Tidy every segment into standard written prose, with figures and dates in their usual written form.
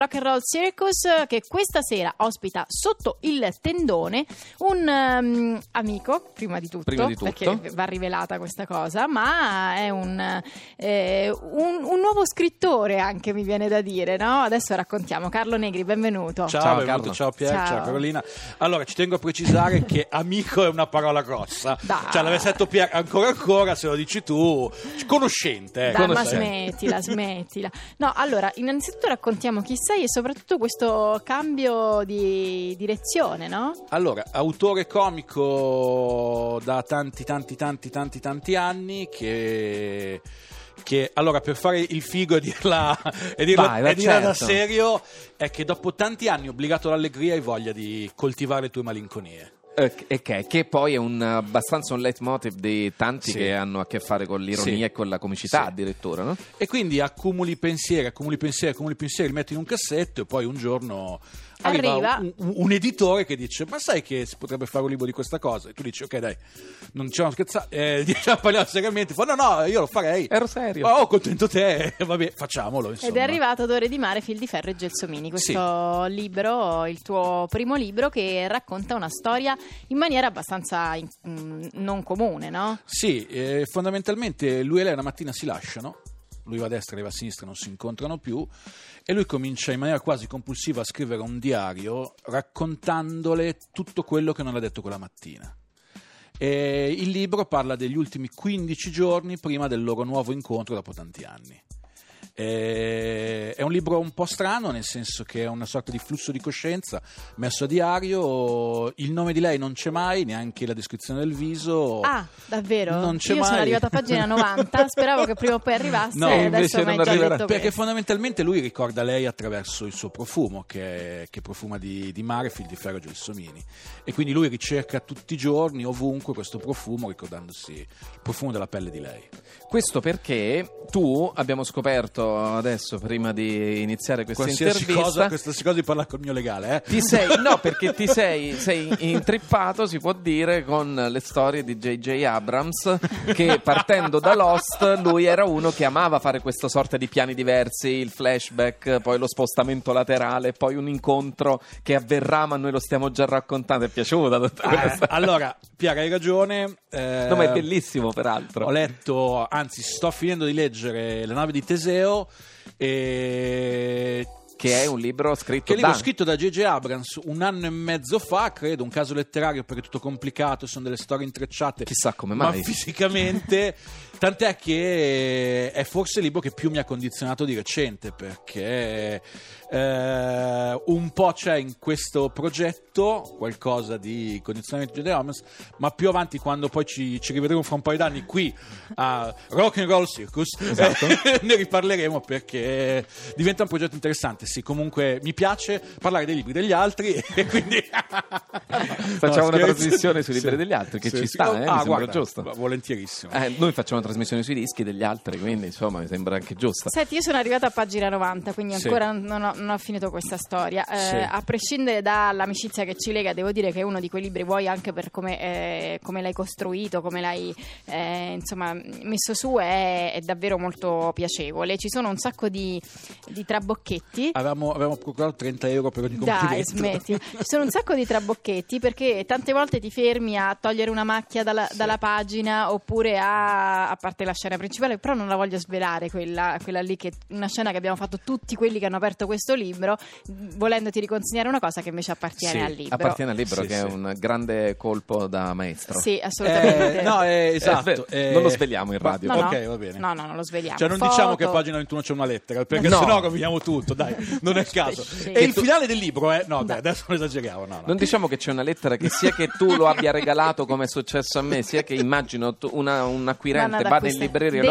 Rock and Roll Circus, che questa sera ospita sotto il tendone un amico, prima di tutto, perché va rivelata questa cosa, ma è un nuovo scrittore anche, mi viene da dire, no? Adesso raccontiamo. Carlo Negri, benvenuto. Ciao benvenuto, ciao Pier, ciao Carolina. Allora, ci tengo a precisare che amico è una parola grossa. Cioè, l'avessi detto Pier ancora, se lo dici tu, conoscente. Ma smettila. No, allora, innanzitutto raccontiamo chi sei e soprattutto questo cambio di direzione, no? Allora, autore comico da tanti anni che allora, per fare il figo e dirla da serio, è che dopo tanti anni, obbligato all'allegria, hai voglia di coltivare le tue malinconie. Che poi è abbastanza un leitmotiv di tanti che hanno a che fare con l'ironia e con la comicità, addirittura, no? E quindi accumuli pensieri, li metti in un cassetto e poi un giorno arriva un editore che dice: ma sai che si potrebbe fare un libro di questa cosa? E tu dici: ok, dai, non diciamo scherzare, parliamo seriamente. Fa no, io lo farei. Ero serio. Oh, contento te, vabbè, facciamolo, insomma. Ed è arrivato Odore di mare, fil di ferro e gelsomini, questo libro, il tuo primo libro, che racconta una storia in maniera abbastanza non comune, no? Sì, fondamentalmente lui e lei una mattina si lasciano. Lui va a destra, lei va a sinistra, non si incontrano più, e lui comincia in maniera quasi compulsiva a scrivere un diario raccontandole tutto quello che non ha detto quella mattina. E il libro parla degli ultimi 15 giorni prima del loro nuovo incontro dopo tanti anni. È un libro un po' strano, nel senso che è una sorta di flusso di coscienza messo a diario. Il nome di lei non c'è mai, neanche la descrizione del viso. Ah, davvero? Non c'è Io mai. Sono arrivata a pagina 90, speravo che prima o poi arrivasse. No, adesso non mi hai già arriverà, detto perché questo. fondamentalmente lui ricorda lei attraverso il suo profumo, che profuma di mare, fil di ferro e gelsomini, e quindi lui ricerca tutti i giorni, ovunque, questo profumo, ricordandosi il profumo della pelle di lei. Questo perché tu, abbiamo scoperto adesso, prima di iniziare questa intervista, qualsiasi cosa di parlare col mio legale, perché ti sei intrippato, si può dire, con le storie di J.J. Abrams, che partendo da Lost lui era uno che amava fare questa sorta di piani diversi, il flashback, poi lo spostamento laterale, poi un incontro che avverrà ma noi lo stiamo già raccontando. È piaciuta tutta questa? Allora, Piera, hai ragione. No, ma è bellissimo, peraltro. Ho letto, anzi sto finendo di leggere La nave di Teseo, che è un libro scritto da J.J. Abrams 1 anno e mezzo fa, credo, un caso letterario perché è tutto complicato, sono delle storie intrecciate, chissà come mai, ma fisicamente tant'è che è forse il libro che più mi ha condizionato di recente, perché un po' c'è in questo progetto qualcosa di condizionamento di J.J. Abrams, ma più avanti, quando poi ci rivedremo fra un paio d'anni qui a Rock and Roll Circus, ne riparleremo, perché diventa un progetto interessante. Sì, comunque mi piace parlare dei libri degli altri e quindi facciamo una trasmissione sui libri degli altri, che ci sta, mi sembra guarda, giusto. Volentierissimo. Noi facciamo una trasmissione sui dischi degli altri, quindi insomma mi sembra anche giusta. Senti, io sono arrivata a pagina 90, quindi ancora non ho finito questa storia. A prescindere dall'amicizia che ci lega, devo dire che è uno di quei libri, vuoi anche per come l'hai costruito, come l'hai messo su, è davvero molto piacevole. Ci sono un sacco di trabocchetti. Avevamo procurato 30 euro per ogni complimento. Dai, smetti. Ci sono un sacco di trabocchetti, perché tante volte ti fermi a togliere una macchia dalla pagina, oppure a parte la scena principale, però non la voglio svelare, quella lì, che è una scena che abbiamo fatto tutti quelli che hanno aperto questo libro, volendoti riconsegnare una cosa che invece appartiene al libro. Appartiene al libro, che è un grande colpo da maestro. Sì, assolutamente. Esatto. Non lo sveliamo in radio. Ok, va bene. No, non lo sveliamo. Cioè, non diciamo che a pagina 21 c'è una lettera, perché sennò roviniamo tutto, dai, non è il caso. E il finale del libro, adesso non esageriamo. Non diciamo che c'è una lettera che sia che tu lo abbia regalato, come è successo a me, sia che immagino un acquirente vada in libreria,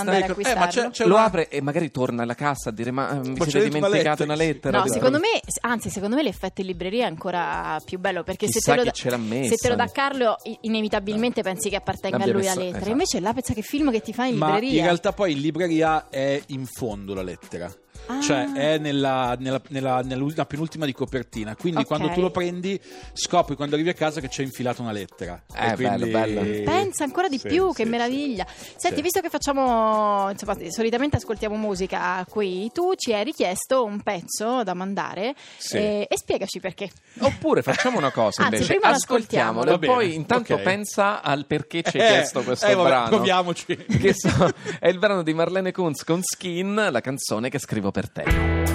lo apre e magari torna alla cassa a dire: ma vi siete dimenticate una lettera? No, secondo me l'effetto in libreria è ancora più bello, perché se te lo dà Carlo, inevitabilmente pensi che appartenga a lui la lettera. Invece là pensa che film che ti fa in libreria. Ma in realtà poi in libreria è in fondo la lettera. cioè è nella penultima di copertina, quindi quando tu lo prendi scopri quando arrivi a casa che c'è infilata una lettera. Quindi... bello. Pensa ancora di più, che meraviglia. Senti, visto che facciamo, insomma, solitamente ascoltiamo musica qui, tu ci hai richiesto un pezzo da mandare e spiegaci perché. Oppure facciamo una cosa invece, prima ascoltiamolo e poi intanto pensa al perché ci hai chiesto questo brano. Proviamoci. È il brano di Marlene Kunz con Skin, la canzone che scrivo per te.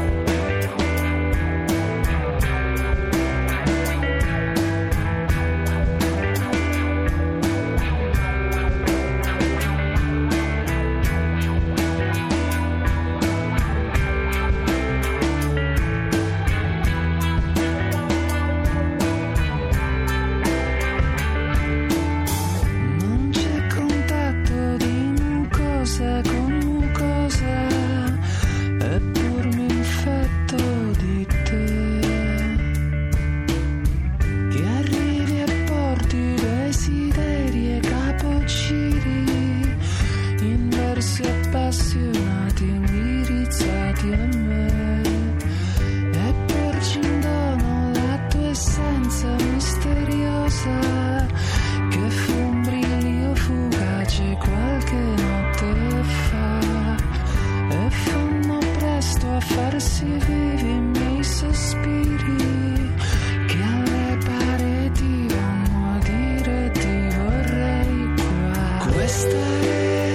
Appassionati indirizzati a me e porgi in dono la tua essenza misteriosa che fu un brillo fugace qualche notte fa e fanno presto a farsi vivi i miei sospiri che alle pareti vanno a dire ti vorrei qua. Questa è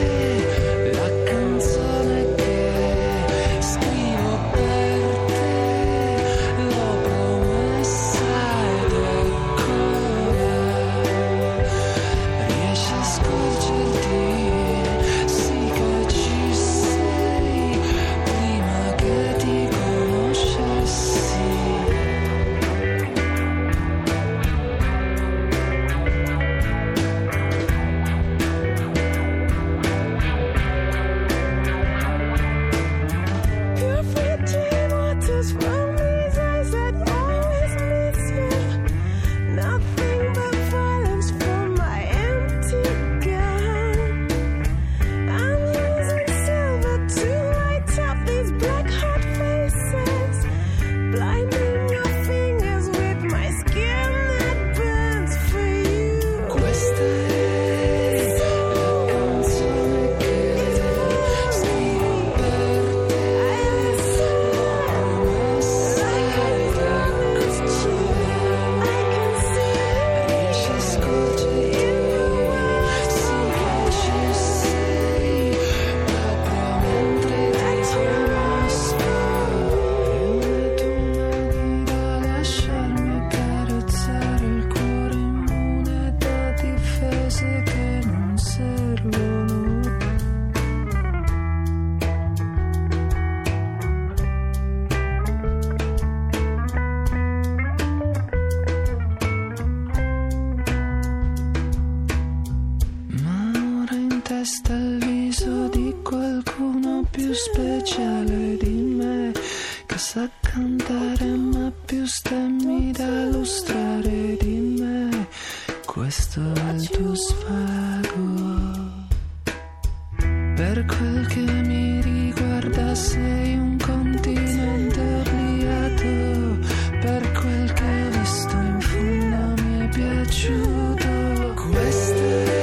speciale di me che sa cantare ma più stemmi da lustrare di me. Questo è il tuo svago. Per quel che mi riguarda sei un continente obliato. Per quel che ho visto in fondo mi è piaciuto. Questa è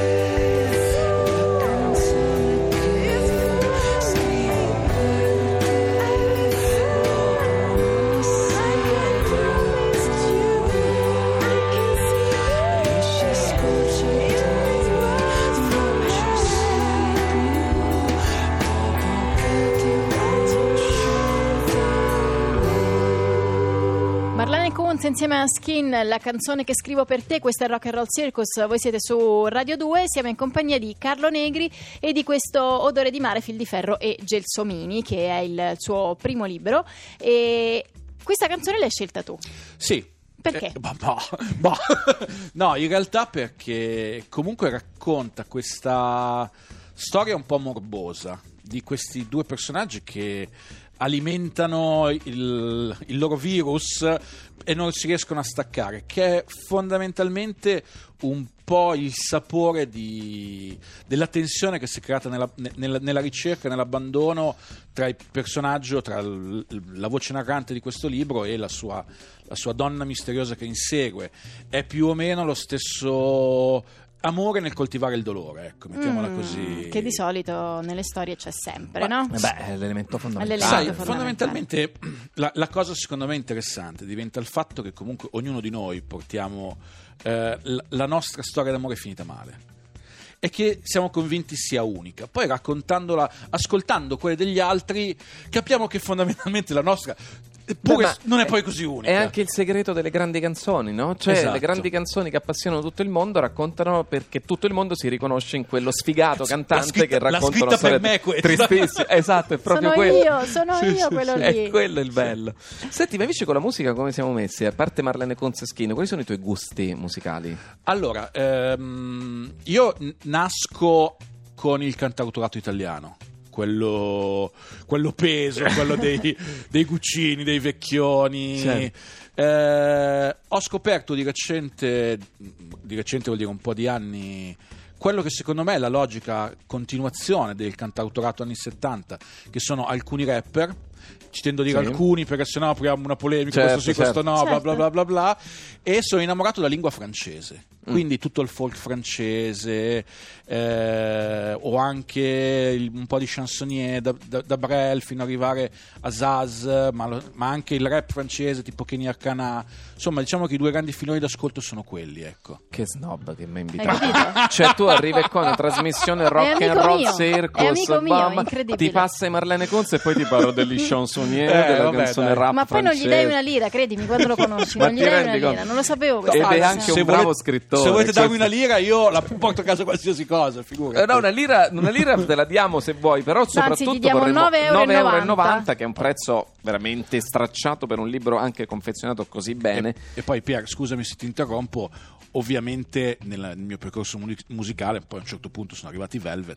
insieme a Skin, la canzone che scrivo per te. Questo è Rock and Roll Circus, voi siete su Radio 2, siamo in compagnia di Carlo Negri e di questo Odore di mare, fil di ferro e gelsomini, che è il suo primo libro. E questa canzone l'hai scelta tu? Sì. Perché? No, in realtà perché comunque racconta questa storia un po' morbosa di questi due personaggi che alimentano il loro virus e non si riescono a staccare, che è fondamentalmente un po' il sapore della tensione che si è creata nella ricerca, nell'abbandono tra il personaggio, tra la voce narrante di questo libro e la sua donna misteriosa che insegue. È più o meno lo stesso amore nel coltivare il dolore, ecco, mettiamola così. Che di solito nelle storie c'è sempre, no? È l'elemento fondamentale. Sai, fondamentalmente la cosa secondo me interessante diventa il fatto che comunque ognuno di noi portiamo la nostra storia d'amore finita male e che siamo convinti sia unica. Poi raccontandola, ascoltando quelle degli altri, capiamo che fondamentalmente la nostra Pure non è poi così unica. È anche il segreto delle grandi canzoni, no? Cioè, esatto. Le grandi canzoni che appassionano tutto il mondo raccontano perché tutto il mondo si riconosce in quello sfigato cantante che racconta una storia tristissima. Esatto, è proprio quello. Sono io quello lì. È quello il bello. Senti, ma invece con la musica come siamo messi? A parte Marlene Conzeschino, quali sono i tuoi gusti musicali? Allora, io nasco con il cantautorato italiano. Quello peso, quello dei Guccini, dei Vecchioni. Certo. Ho scoperto di recente vuol dire un po' di anni, quello che secondo me è la logica continuazione del cantautorato anni 70, che sono alcuni rapper. Ci tendo a dire alcuni perché sennò apriamo una polemica, questo sì, questo no, bla bla bla bla bla. E sono innamorato della lingua francese, quindi tutto il folk francese, o anche un po' di chansonnier da Brel fino ad arrivare a Zaz, ma anche il rap francese tipo Kenny Arcana. Insomma, diciamo che i due grandi filoni d'ascolto sono quelli, ecco. Che snob che mi ha invitato. Cioè tu arrivi qua a una trasmissione rock and roll circus, ti passa Marlene Conze e poi ti parlo degli chansonnier, della canzone rap ma poi francese. non gli dai una lira, credimi, quando lo conosci non gli dai una lira, non lo sapevo questo. Ed è anche un bravo scrittore. Se volete darmi una lira io la porto a casa qualsiasi cosa, figurati. No, una lira te la diamo se vuoi, però soprattutto ti diamo vorremmo 9,90 €, che è un prezzo veramente stracciato per un libro anche confezionato così bene. E poi Pier, scusami se ti interrompo, ovviamente nel mio percorso musicale poi a un certo punto sono arrivati i Velvet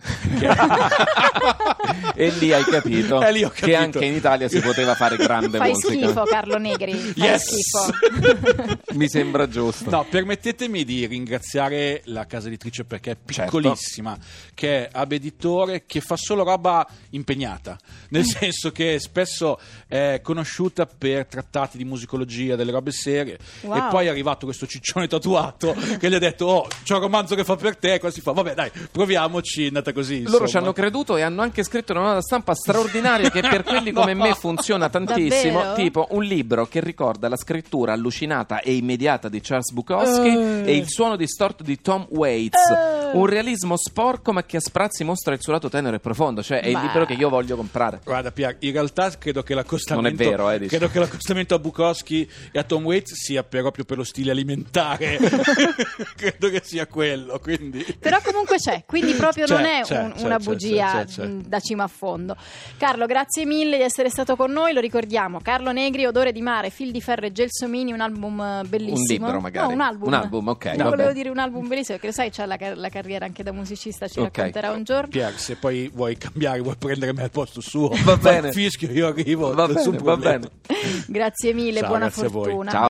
e lì hai capito che anche in Italia si poteva fare grande fai musica. Schifo Carlo Negri, fai schifo. Mi sembra giusto. No, permettetemi di ringraziare la casa editrice perché è piccolissima, che è Ab Editore, che fa solo roba impegnata, nel senso che spesso è conosciuta per trattati di musicologia, delle robe serie, e poi è arrivato questo ciccione tatuato che gli ha detto c'è un romanzo che fa per te, e si fa vabbè dai proviamoci, è andata così, insomma. Loro ci hanno creduto e hanno anche scritto una nota stampa straordinaria che per quelli come me funziona tantissimo. Davvero? Tipo un libro che ricorda la scrittura allucinata e immediata di Charles Bukowski e il suono distorto di Tom Waits, un realismo sporco ma che a sprazzi mostra il suo lato tenero e profondo, cioè è il libro che io voglio comprare. Guarda Pier, in realtà credo che l'accostamento non è vero, credo che l'accostamento a Bukowski e a Tom Waits sia proprio per lo stile alimentare. Credo che sia quello, quindi. Però comunque c'è, quindi proprio non è una bugia da cima a fondo. Carlo, grazie mille di essere stato con noi, lo ricordiamo, Carlo Negri, Odore di mare, Fil di ferro e Gelsomini, un album bellissimo. Un libro magari. No, un album, ok. No, volevo dire un album bellissimo, perché sai c'ha la carriera anche da musicista, ci racconterà un giorno. Pier, se poi vuoi cambiare, vuoi prendere me al posto suo, va bene. Fischio, io arrivo, va bene. Grazie mille, ciao, buona grazie fortuna. Ciao.